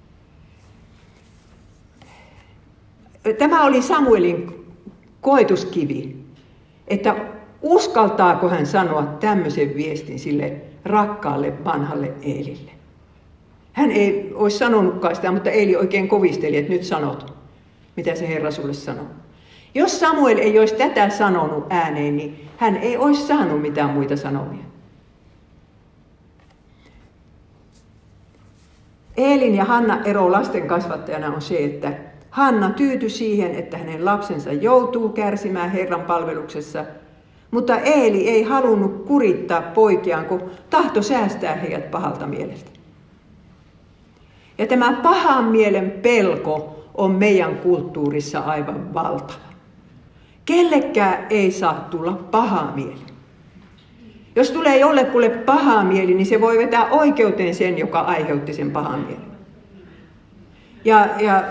Tämä oli Samuelin koetuskivi, että uskaltaako hän sanoa tämmöisen viestin sille rakkaalle vanhalle Eelille. Hän ei olisi sanonutkaan sitä, mutta Eeli oikein kovisteli, että nyt sanot, mitä se Herra sulle sanoo. Jos Samuel ei olisi tätä sanonut ääneen, niin hän ei olisi saanut mitään muita sanomia. Eelin ja Hanna ero lasten kasvattajana on se, että Hanna tyytyi siihen, että hänen lapsensa joutuu kärsimään Herran palveluksessa, mutta Eeli ei halunnut kurittaa poikiaan, kun tahto säästää heidät pahalta mieleltä. Ja tämä pahan mielen pelko on meidän kulttuurissa aivan valtava. Kellekään ei saa tulla paha mieli. Jos tulee jollekulle paha mieli, niin se voi vetää oikeuteen sen, joka aiheutti sen pahan mielen. Ja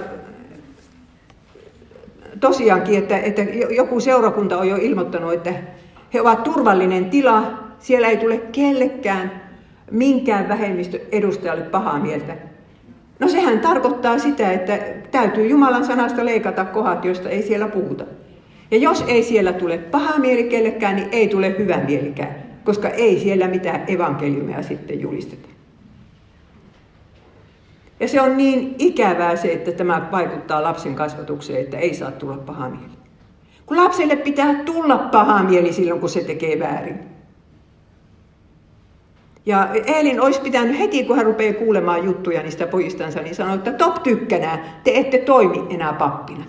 tosiaankin, että joku seurakunta on jo ilmoittanut, että he ovat turvallinen tila, siellä ei tule kellekään minkään vähemmistön edustajalle pahaa mieltä. No sehän tarkoittaa sitä, että täytyy Jumalan sanasta leikata kohdat, joista ei siellä puhuta. Ja jos ei siellä tule paha mieli kellekään, niin ei tule hyvä mielikään, koska ei siellä mitään evankeliumia sitten julisteta. Ja se on niin ikävää se, että tämä vaikuttaa lapsen kasvatukseen, että ei saa tulla paha mieli. Kun lapselle pitää tulla paha mieli silloin, kun se tekee väärin. Ja Eelin olisi pitänyt heti, kun hän rupeaa kuulemaan juttuja niistä pojistansa, niin sanoi, että top tykkänää, te ette toimi enää pappina.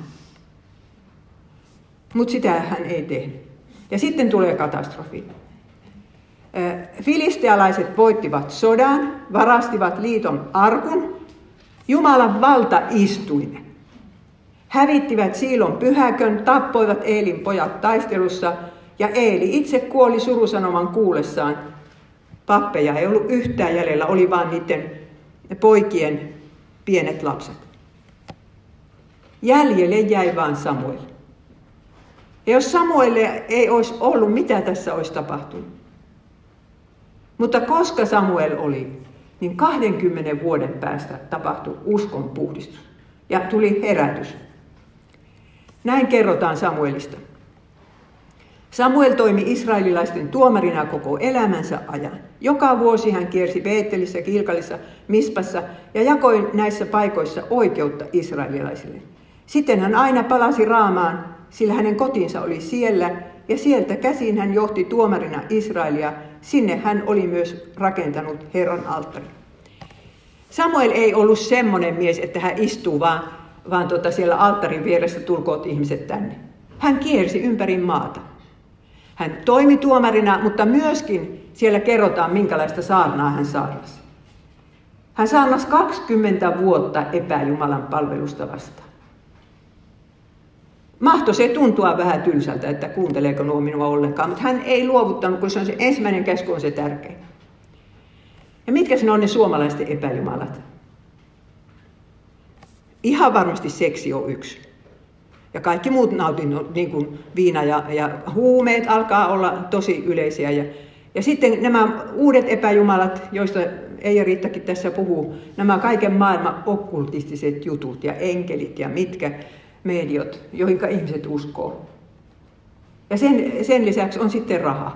Mutta sitä hän ei tehnyt. Ja sitten tulee katastrofi. Filistealaiset voittivat sodan, varastivat liiton arkun, Jumalan valtaistuimen. Hävittivät Siilon pyhäkön, tappoivat Eelin pojat taistelussa ja Eeli itse kuoli surusanoman kuullessaan. Pappeja ei ollut yhtään jäljellä, oli vain niiden poikien pienet lapset. Jäljelle jäi vain Samuel. Ja jos Samuelle ei olisi ollut, mitä tässä olisi tapahtunut? Mutta koska Samuel oli, niin 20 vuoden päästä tapahtui uskon puhdistus ja tuli herätys. Näin kerrotaan Samuelista. Samuel toimi israelilaisten tuomarina koko elämänsä ajan. Joka vuosi hän kiersi Beetelissä, Gilgalissa, Mispassa ja jakoi näissä paikoissa oikeutta israelilaisille. Sitten hän aina palasi Raamaan, sillä hänen kotinsa oli siellä ja sieltä käsin hän johti tuomarina Israelia. Sinne hän oli myös rakentanut Herran alttarin. Samuel ei ollut semmoinen mies, että hän istuu vaan siellä alttarin vieressä, tulkoot ihmiset tänne. Hän kiersi ympäri maata. Hän toimi tuomarina, mutta myöskin siellä kerrotaan, minkälaista saarnaa hän saarnasi. Hän saarnasi 20 vuotta epäjumalan palvelusta vastaan. Mahtoi se tuntua vähän tylsältä, että kuunteleeko nuo minua ollenkaan, mutta hän ei luovuttanut, kun se on se ensimmäinen käsky on se tärkein. Ja mitkä ne on ne suomalaisten epäjumalat? Ihan varmasti seksi on yksi. Ja kaikki muut nautinnot, niin kuin viina ja huumeet, alkaa olla tosi yleisiä. Ja sitten nämä uudet epäjumalat, joista Eija Riittakin tässä puhuu, nämä kaiken maailman okkultistiset jutut ja enkelit ja mitkä mediot, joihin ihmiset uskoo. Ja sen lisäksi on sitten raha.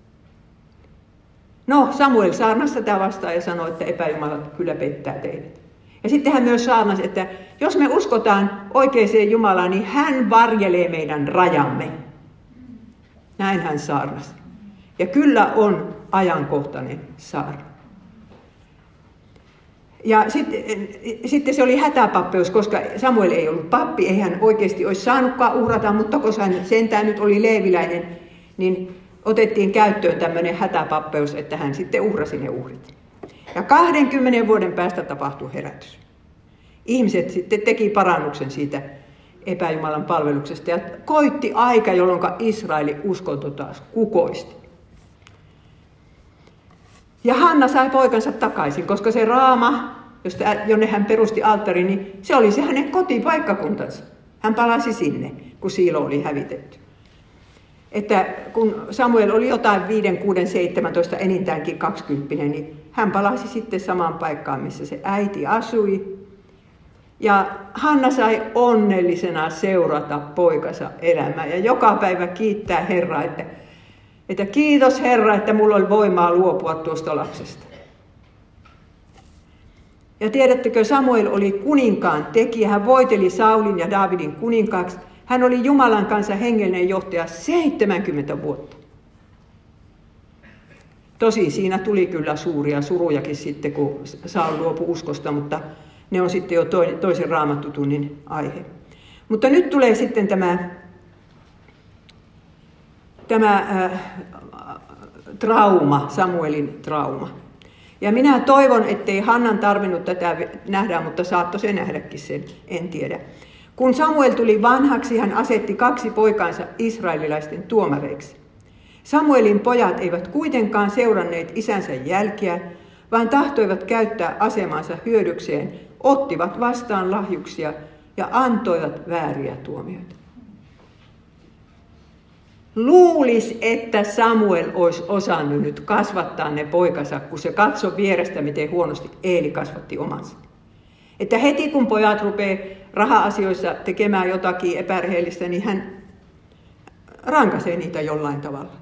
No, Samuel saarnasi tätä vastaan ja sanoi, että epäjumalat kyllä pettää teidät. Ja sitten hän myös saarnasi, että jos me uskotaan oikeaan Jumalaan, niin hän varjelee meidän rajamme. Näin hän saarnasi. Ja kyllä on ajankohtainen saarna. Ja sitten se oli hätäpappeus, koska Samuel ei ollut pappi, ei hän oikeasti olisi saanutkaan uhrata, mutta koska hän sentään nyt oli leeviläinen, niin otettiin käyttöön tämmöinen hätäpappeus, että hän sitten uhrasi ne uhrit. Ja 20 vuoden päästä tapahtui herätys. Ihmiset sitten teki parannuksen siitä epäjumalan palveluksesta ja koitti aika, jolloin Israelin uskonto taas kukoisti. Ja Hanna sai poikansa takaisin, koska se Raama, jonne hän perusti alttarin, niin se oli se hänen kotipaikkakuntansa. Hän palasi sinne, kun Siilo oli hävitetty. että kun Samuel oli jotain 5, 6, 17, enintäänkin 20, niin hän palasi sitten samaan paikkaan, missä se äiti asui. Ja Hanna sai onnellisena seurata poikansa elämää ja joka päivä kiittää Herraa, että kiitos Herra, että mulla oli voimaa luopua tuosta lapsesta. Ja tiedättekö, Samuel oli kuninkaan tekijä, hän voiteli Saulin ja Daavidin kuninkaaksi. Hän oli Jumalan kanssa hengellinen johtaja 70 vuotta. Tosin siinä tuli kyllä suuria surujakin sitten, kun Saul luopui uskosta, mutta ne on sitten jo toisen raamattutunnin aihe. Mutta nyt tulee sitten tämä trauma, Samuelin trauma. Ja minä toivon, ettei Hannan tarvinnut tätä nähdä, mutta saattoi se nähdäkin sen, en tiedä. Kun Samuel tuli vanhaksi, hän asetti 2 poikaansa israelilaisten tuomareiksi. Samuelin pojat eivät kuitenkaan seuranneet isänsä jälkiä, vaan tahtoivat käyttää asemansa hyödykseen, ottivat vastaan lahjuksia ja antoivat vääriä tuomioita. Luulisi, että Samuel olisi osannut nyt kasvattaa ne poikansa, kun se katsoi vierestä, miten huonosti Eeli kasvatti omansa. Että heti kun pojat rupeaa raha-asioissa tekemään jotakin epärehellistä, niin hän rankaisee niitä jollain tavalla.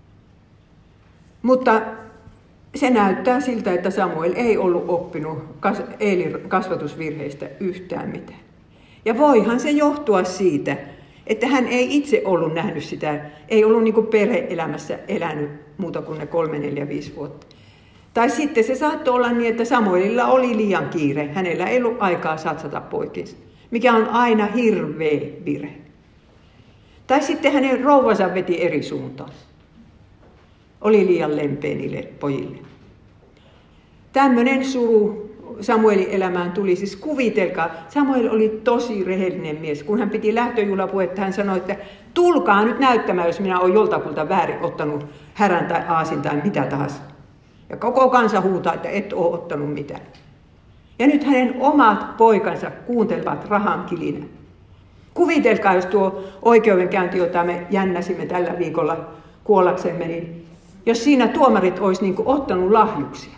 Mutta se näyttää siltä, että Samuel ei ollut oppinut Eelin kasvatusvirheistä yhtään mitään. Ja voihan se johtua siitä, että hän ei itse ollut nähnyt sitä, ei ollut niin kuin perhe-elämässä elänyt muuta kuin ne 3, 4, 5 vuotta. Tai sitten se saattoi olla niin, että Samuelilla oli liian kiire, hänellä ei ollut aikaa satsata poikinsa, mikä on aina hirveä virhe. Tai sitten hänen rouvansa veti eri suuntaan. Oli liian lempeä niille pojille. Tämmöinen suru Samuelin elämään tuli. Siis kuvitelkaa, Samuel oli tosi rehellinen mies. Kun hän piti lähtöjuhlapuhetta, hän sanoi, että tulkaa nyt näyttämään, jos minä olen joltakulta väärin ottanut härän tai aasin tai mitä tahansa. Ja koko kansa huutaa, että et ole ottanut mitään. Ja nyt hänen omat poikansa kuuntelevat rahan kilinä. Kuvitelkaa, jos tuo oikeudenkäynti, jota me jännäsimme tällä viikolla kuollaksemme, niin jos siinä tuomarit olisi niin kuin ottanut lahjuksia.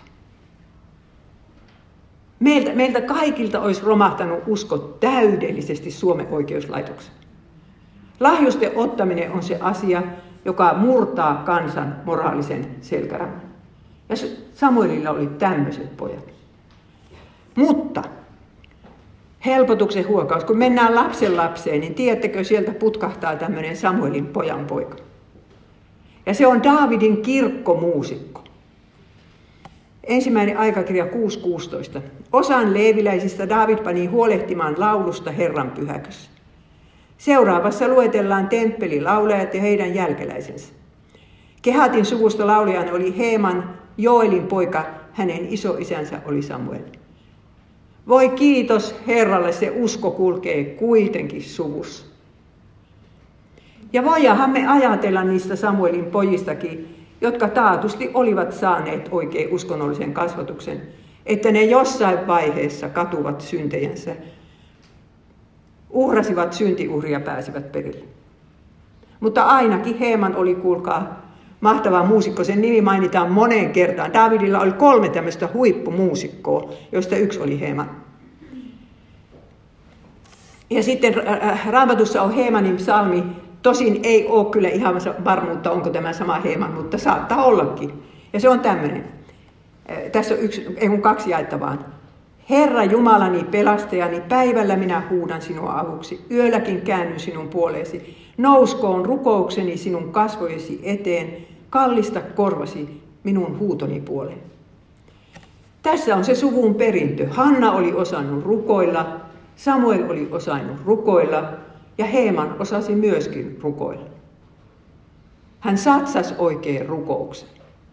Meiltä kaikilta olisi romahtanut usko täydellisesti Suomen oikeuslaitoksen. Lahjusten ottaminen on se asia, joka murtaa kansan moraalisen selkärangan. Ja Samuelilla oli tämmöiset pojat. Mutta helpotuksen huokaus, kun mennään lapseen, niin tiedättekö, sieltä putkahtaa tämmöinen Samuelin pojan poika. Ja se on Daavidin kirkkomuusikko. 1. aikakirja 6.16. Osan leeviläisistä Daavid pani huolehtimaan laulusta Herran pyhäkössä. Seuraavassa luetellaan temppelilaulajat ja heidän jälkeläisensä. Kehatin suvusta laulijana oli Heeman, Joelin poika, hänen isoisänsä oli Samuel. Voi kiitos Herralle, se usko kulkee kuitenkin suvussa. Ja voidaanhan me ajatella niistä Samuelin pojistakin, jotka taatusti olivat saaneet oikein uskonnollisen kasvatuksen, että ne jossain vaiheessa katuvat syntejänsä, uhrasivat syntiuhria ja pääsivät perille. Mutta ainakin Heeman oli, kuulkaa, mahtava muusikko. Sen nimi mainitaan moneen kertaan. Daavidilla oli 3 tämmöistä huippumuusikkoa, joista yksi oli Heeman. Ja sitten Raamatussa on Heemanin psalmi. Tosin ei ole kyllä ihan varmuutta, onko tämä sama Heeman, mutta saattaa ollakin. Ja se on tämmöinen. Tässä on 2 jaetta vaan. Herra Jumalani, pelastajani, päivällä minä huudan sinua avuksi, yölläkin käännyn sinun puoleesi. Nouskoon rukoukseni sinun kasvojesi eteen, kallista korvasi minun huutoni puoleen. Tässä on se suvun perintö. Hanna oli osannut rukoilla, Samuel oli osannut rukoilla ja Heeman osasi myöskin rukoilla. Hän satsasi oikein rukouksen.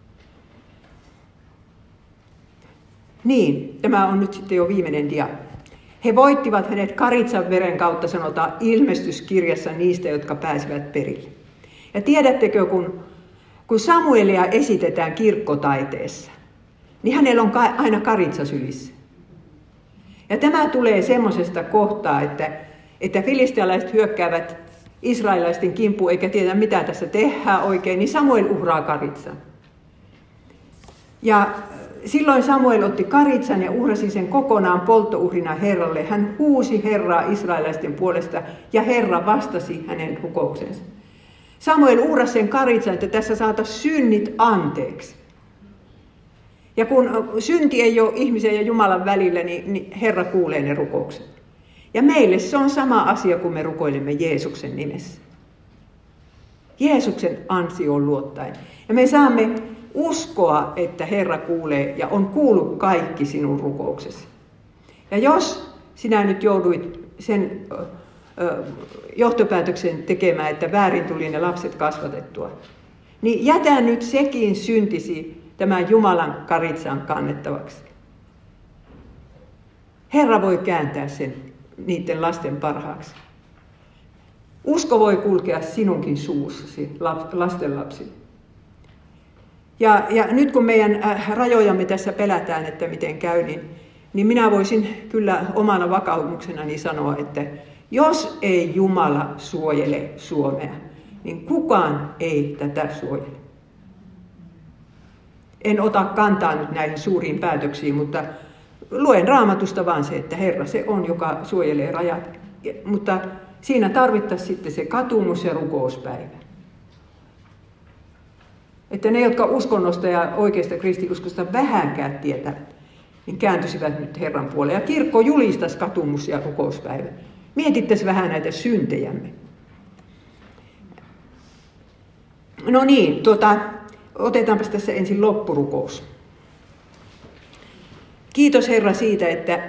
Niin, tämä on nyt sitten jo viimeinen dia. He voittivat hänet Karitsan veren kautta, sanotaan ilmestyskirjassa niistä, jotka pääsivät perille. Ja tiedättekö, kun Samuelia esitetään kirkkotaiteessa, niin hänellä on aina karitsa sylissä. Ja tämä tulee semmoisesta kohtaa, että filistealaiset hyökkäävät israelilaisten kimppuun eikä tiedä mitä tässä tehdään oikein, niin Samuel uhraa karitsan. Ja silloin Samuel otti karitsan ja uhrasi sen kokonaan polttouhrina Herralle. Hän huusi Herraa israelilaisten puolesta ja Herra vastasi hänen rukouksensa. Samuel uhrasi sen karitsan, että tässä saataisiin synnit anteeksi. Ja kun synti ei ole ihmisen ja Jumalan välillä, niin Herra kuulee ne rukoukset. Ja meille se on sama asia, kun me rukoilemme Jeesuksen nimessä. Jeesuksen ansioon luottaen. Ja me saamme uskoa, että Herra kuulee ja on kuullut kaikki sinun rukouksesi. Ja jos sinä nyt jouduit sen johtopäätöksen tekemään, että väärin tuli ne lapset kasvatettua, niin jätä nyt sekin syntisi tämän Jumalan karitsan kannettavaksi. Herra voi kääntää sen niiden lasten parhaaksi. Usko voi kulkea sinunkin suussasi lastenlapsille. Ja nyt kun meidän rajojamme tässä pelätään, että miten käy, niin minä voisin kyllä omana vakaumuksenani sanoa, että jos ei Jumala suojele Suomea, niin kukaan ei tätä suojele. En ota kantaa nyt näihin suuriin päätöksiin, mutta luen Raamatusta vaan se, että Herra se on, joka suojelee rajat. Mutta siinä tarvittaisiin sitten se katumus ja rukouspäivä. Että ne, jotka uskonnosta ja oikeasta kristiuskosta vähänkään tietävät, niin kääntyisivät nyt Herran puoleen. Ja kirkko julistaisi katumus ja rukouspäivä. Mietittäisiin vähän näitä syntejämme. No niin, otetaanpas tässä ensin loppurukous. Kiitos Herra siitä,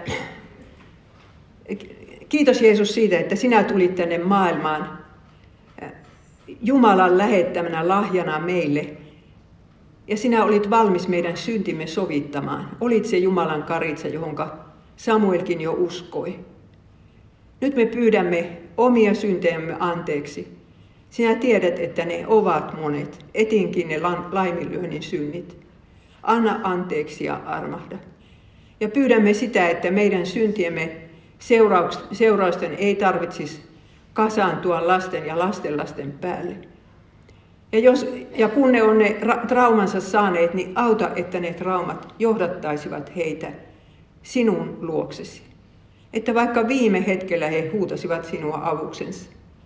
kiitos Jeesus siitä, että sinä tulit tänne maailmaan Jumalan lähettämänä lahjana meille. Ja sinä olit valmis meidän syntimme sovittamaan. Olit se Jumalan karitsa, johonka Samuelkin jo uskoi. Nyt me pyydämme omia syntejämme anteeksi. Sinä tiedät, että ne ovat monet, etenkin ne laiminlyönnin synnit. Anna anteeksi ja armahda. Ja pyydämme sitä, että meidän syntiemme seurausten ei tarvitsisi kasaantua lasten ja lastenlasten päälle. Ja kun ne on ne traumansa saaneet, niin auta, että ne traumat johdattaisivat heitä sinun luoksesi. Että vaikka viime hetkellä he huutasivat sinua avuksensa.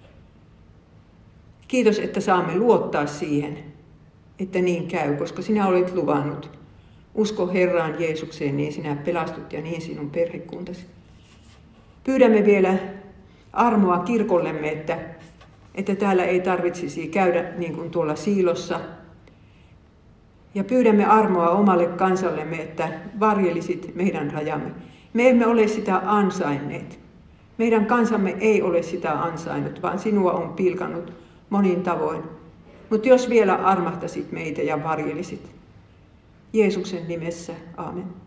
Kiitos, että saamme luottaa siihen, että niin käy, koska sinä olet luvannut. Usko Herraan Jeesukseen, niin sinä pelastut ja niin sinun perhekuntasi. Pyydämme vielä armoa kirkollemme, että täällä ei tarvitsisi käydä niin kuin tuolla siilossa. Ja pyydämme armoa omalle kansallemme, että varjelisit meidän rajamme. Me emme ole sitä ansainneet. Meidän kansamme ei ole sitä ansainnut, vaan sinua on pilkannut monin tavoin. Mutta jos vielä armahtasit meitä ja varjelisit. Jeesuksen nimessä, aamen.